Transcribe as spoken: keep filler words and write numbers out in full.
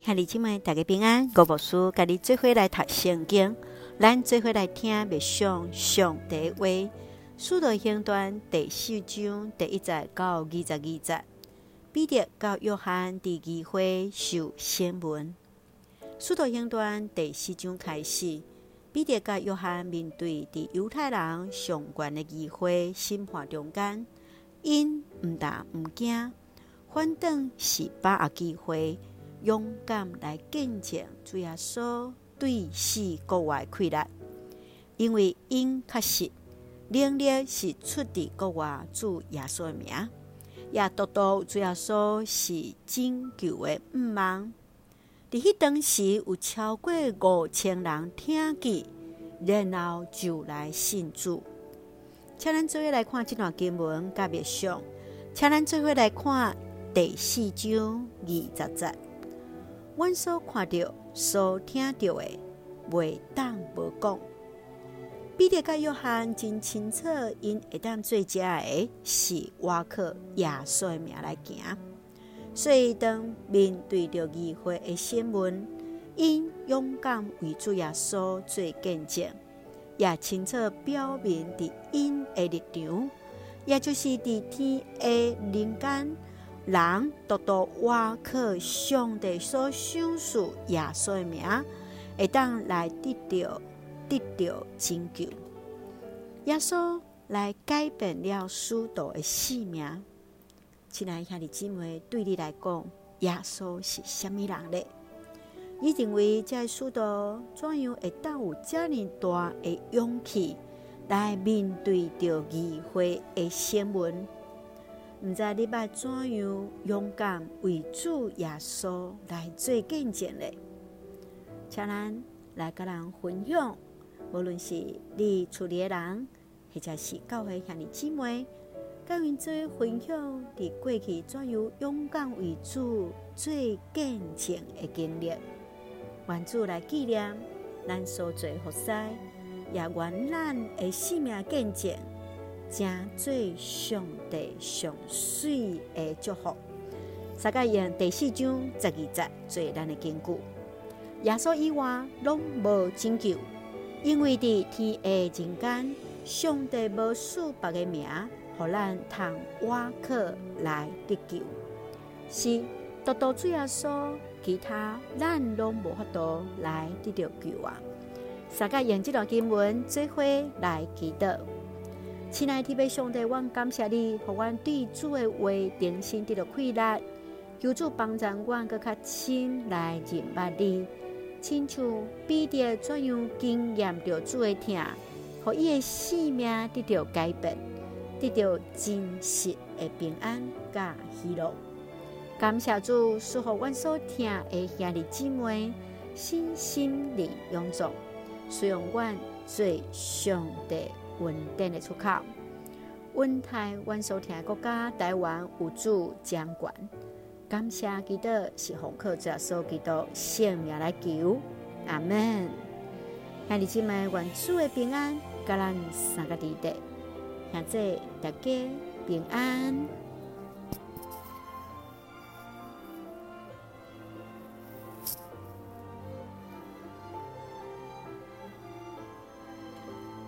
兄弟姊妹，大家平安。我牧师甲你做伙来读圣经，咱做伙来听默想上帝的话。使徒行传第四章第一节到二十二节，彼得到约翰伫议会受审问。使徒行传第四章开始，彼得甲约翰面对伫犹太人上悬的议会审判中间，因毋但毋惊，反倒是把握机会。勇敢来见证主耶稣对死国外的快乐，因为因确实能力是出自国外主耶稣的名，也读到主耶稣是拯救的五望。伫迄当时有超过五千人听见，然后就来信主。请咱做伙来看这段经文甲默想，请咱做伙来看第四章二十节。阮所看到、所听到的，袂当无讲。彼得甲约翰真清楚，因会当做遮的是倚靠耶稣的名来行，所以当面对着议会的审问，因勇敢为主耶稣做见证，也清楚表明伫因的立场，也就是伫天的人间。人独独倚靠上帝所赏赐耶稣的名，会当来得到得到拯救。耶稣来改变了许多的性命。亲爱的兄弟姊妹，对你来讲，耶稣是什么人呢？你认为这许多怎样会当有这么大的勇气来面对着议会的审问？毋知你捌怎样勇敢为主耶稣来做见证呢？请咱来甲人分享，无论是你厝里的人，或者是教会兄弟姊妹，甲因做分享伫过去怎样勇敢为主做见证的经历。愿主来纪念咱所做服侍，也愿咱的生命见证。正做上帝上水的祝福。撒迦用第四章十二节做咱的根据。耶稣以外拢无拯救，因为伫天下人间，上帝无赐别个名，互咱通倚靠来得救。是独独主耶稣，其他咱拢无法度来得到救啊！撒迦用这段经文做伙来祈祷。亲爱的天父上帝，阮感谢你，互阮对主的话重新得到快乐。求主帮助阮更较深来认捌你，亲像彼得怎样经验着主的疼，互伊的生命得到改变，得到真实的平安甲喜乐。感谢主，赐互阮所听的兄弟姊妹身心灵勇壮，使用阮做上帝稳定的出口。稳台阮所听的国家台湾有主掌管，感谢基督是奉靠主耶稣基督性命来求，阿门。兄弟姊妹，愿主的平安甲咱三个弟弟，现在大家平安。